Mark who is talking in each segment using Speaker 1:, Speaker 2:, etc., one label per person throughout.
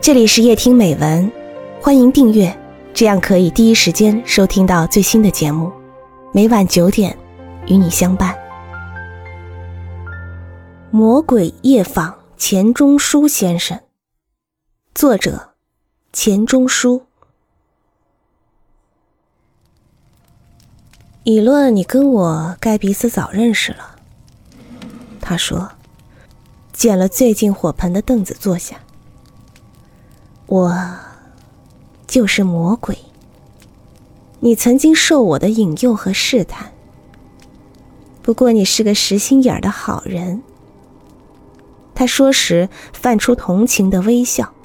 Speaker 1: 这里是夜听美文，欢迎订阅，这样可以第一时间收听到最新的节目，每晚9点与你相伴。魔鬼夜访钱钟书先生，作者钱钟书。以论你跟我该彼此早认识了，他说，捡了最近火盆的凳子坐下。我就是魔鬼，你曾经受我的引诱和试探，不过你是个实心眼的好人。他说时泛出同情的微笑。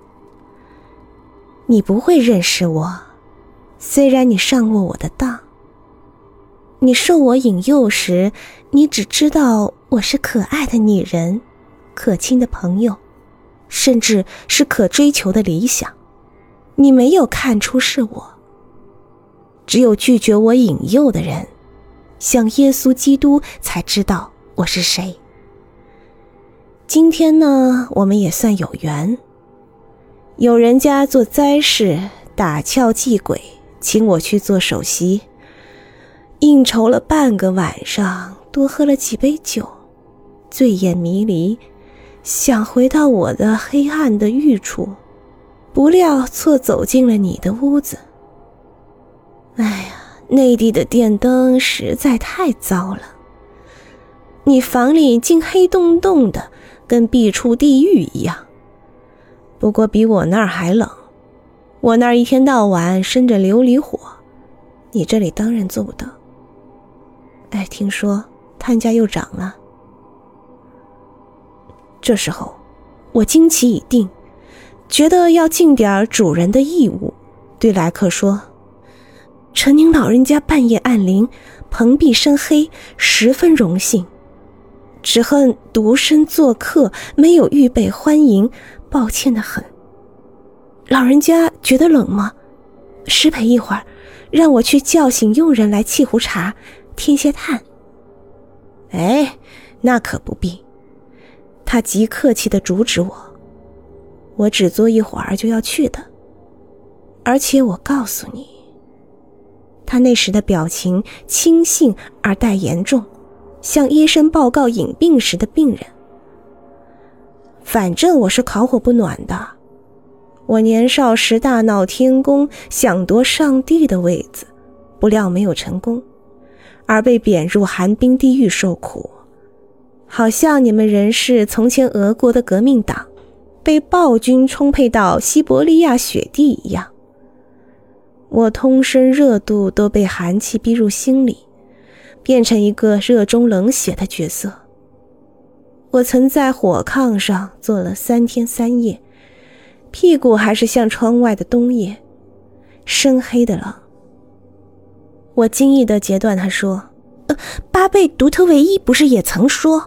Speaker 1: 你不会认识我，虽然你上过我的当。你受我引诱时，你只知道我是可爱的女人，可亲的朋友，甚至是可追求的理想。你没有看出是我。只有拒绝我引诱的人，像耶稣基督，才知道我是谁。今天呢，我们也算有缘。有人家做灾事，打诮祭鬼，请我去做首席，应酬了半个晚上，多喝了几杯酒，醉眼迷离，想回到我的黑暗的寓处，不料错走进了你的屋子。哎呀，内地的电灯实在太糟了，你房里竟黑洞洞的，跟壁处地狱一样。不过比我那儿还冷，我那儿一天到晚生着琉璃火，你这里当然做不到。哎，听说炭价又涨了。这时候我经其已定，觉得要尽点主人的义务，对来客说，承您老人家半夜按铃，蓬荜生黑，十分荣幸。只恨独身做客，没有预备欢迎，抱歉得很。老人家觉得冷吗？失陪一会儿，让我去叫醒佣人来沏壶茶，添些炭。哎，那可不必。他极客气地阻止我，我只坐一会儿就要去的。而且我告诉你，他那时的表情轻信而带严重，向医生报告隐病时的病人。反正我是烤火不暖的，我年少时大闹天宫，想夺上帝的位子，不料没有成功，而被贬入寒冰地狱受苦，好像你们人是从前俄国的革命党被暴君冲配到西伯利亚雪地一样。我通身热度都被寒气逼入心里，变成一个热中冷血的角色。我曾在火炕上坐了3天3夜，屁股还是像窗外的冬夜，深黑的冷。我惊异地截断他说，巴贝独特唯一不是也曾说？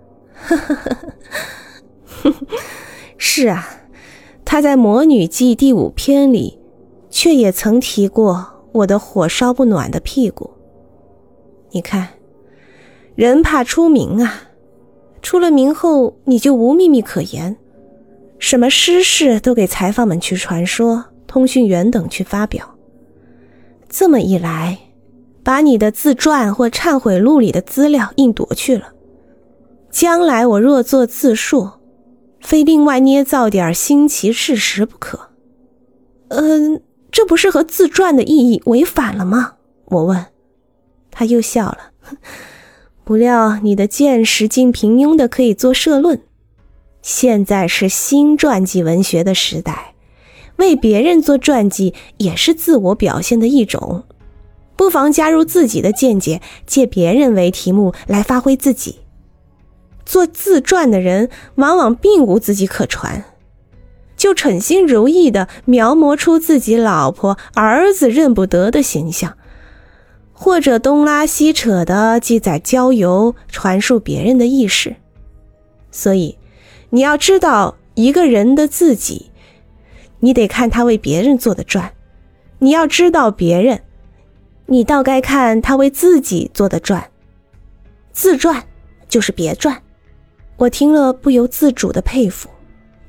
Speaker 1: 是啊，他在《魔女记》第5篇里却也曾提过我的火烧不暖的屁股。你看，人怕出名啊，出了名后你就无秘密可言，什么私事都给裁缝们去传说，通讯员等去发表。这么一来，把你的自传或忏悔录里的资料硬夺去了。将来我若做自述，非另外捏造点新奇事实不可。这不是和自传的意义违反了吗？我问。他又笑了，不料你的见识竟平庸的可以做社论。现在是新传记文学的时代，为别人做传记也是自我表现的一种，不妨加入自己的见解，借别人为题目来发挥自己。做自传的人往往并无自己可传，就称心如意地描摹出自己老婆儿子认不得的形象，或者东拉西扯地记载郊游，传述别人的轶事。所以你要知道一个人的自己，你得看他为别人做的传；你要知道别人，你倒该看他为自己做的传。自传就是别传。我听了不由自主的佩服，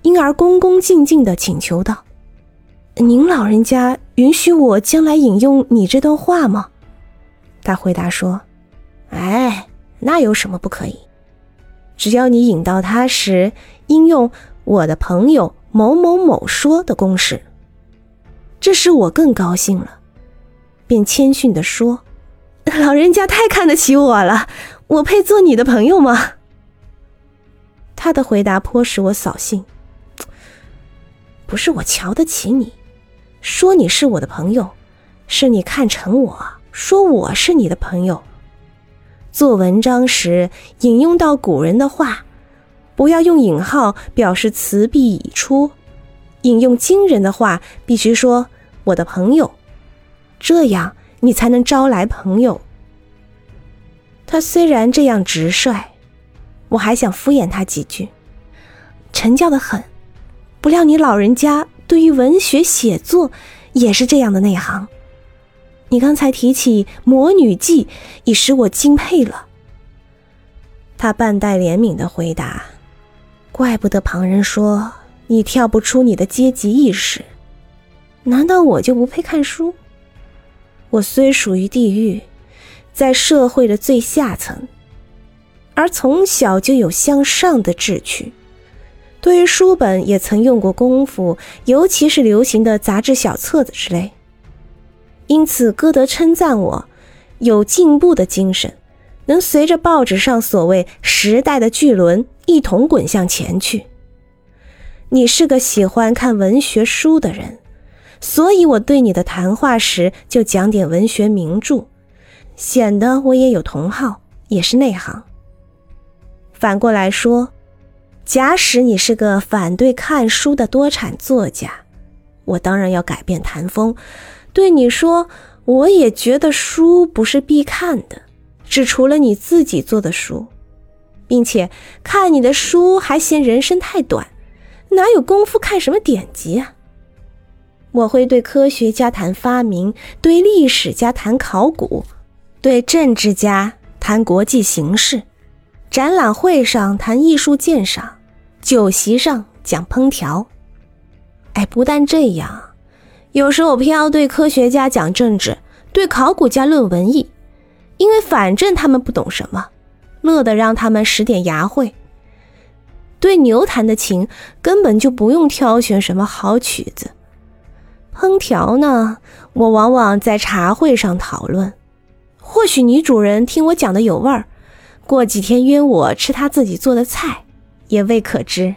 Speaker 1: 因而恭恭敬敬地请求道：您老人家允许我将来引用你这段话吗？他回答说：哎，那有什么不可以？只要你引到他时应用我的朋友某某某说的公式。这使我更高兴了，便谦逊地说：老人家太看得起我了，我配做你的朋友吗？他的回答颇使我扫兴。不是我瞧得起你，说你是我的朋友，是你看成我，说我是你的朋友。做文章时引用到古人的话，不要用引号表示词必已出，引用今人的话必须说我的朋友，这样你才能招来朋友。他虽然这样直率，我还想敷衍他几句，陈教得很，不料你老人家对于文学写作也是这样的内行。你刚才提起《魔女记》，已使我敬佩了。他半带怜悯地回答：怪不得旁人说你跳不出你的阶级意识，难道我就不配看书？我虽属于地狱，在社会的最下层，而从小就有向上的志趣，对于书本也曾用过功夫，尤其是流行的杂志小册子之类。因此歌德称赞我有进步的精神，能随着报纸上所谓时代的巨轮一同滚向前去。你是个喜欢看文学书的人，所以我对你的谈话时就讲点文学名著，显得我也有同好，也是内行。反过来说，假使你是个反对看书的多产作家，我当然要改变谈风，对你说，我也觉得书不是必看的，只除了你自己做的书，并且看你的书还嫌人生太短，哪有功夫看什么典籍啊？我会对科学家谈发明，对历史家谈考古，对政治家谈国际形势，展览会上谈艺术鉴赏，酒席上讲烹调。不但这样，有时我偏要对科学家讲政治，对考古家论文艺，因为反正他们不懂什么，乐得让他们使点牙慧。对牛弹的琴根本就不用挑选什么好曲子。烹调呢，我往往在茶会上讨论，或许女主人听我讲的有味儿，过几天约我吃她自己做的菜，也未可知。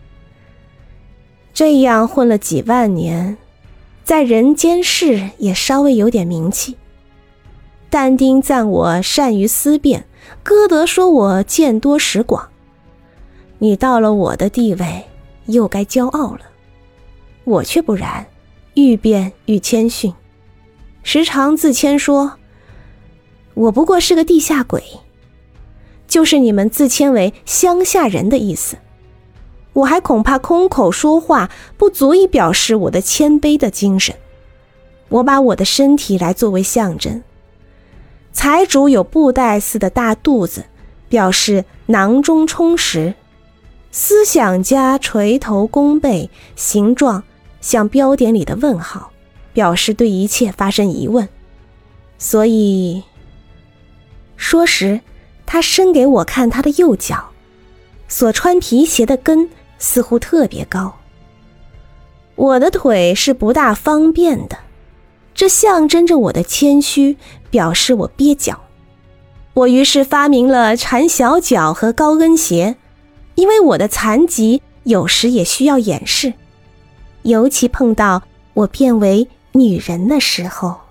Speaker 1: 这样混了几万年，在人间世也稍微有点名气。但丁赞我善于思辨，歌德说我见多识广。你到了我的地位，又该骄傲了。我却不然，愈辩愈谦逊，时常自谦说，我不过是个地下鬼，就是你们自谦为乡下人的意思。我还恐怕空口说话不足以表示我的谦卑的精神。我把我的身体来作为象征，财主有布袋似的大肚子，表示囊中充实；思想家垂头弓背，形状像标点里的问号，表示对一切发生疑问。所以说时，他伸给我看他的右脚，所穿皮鞋的跟似乎特别高。我的腿是不大方便的，这象征着我的谦虚，表示我蹩脚。我于是发明了缠小脚和高跟鞋，因为我的残疾有时也需要掩饰，尤其碰到我变为女人的时候。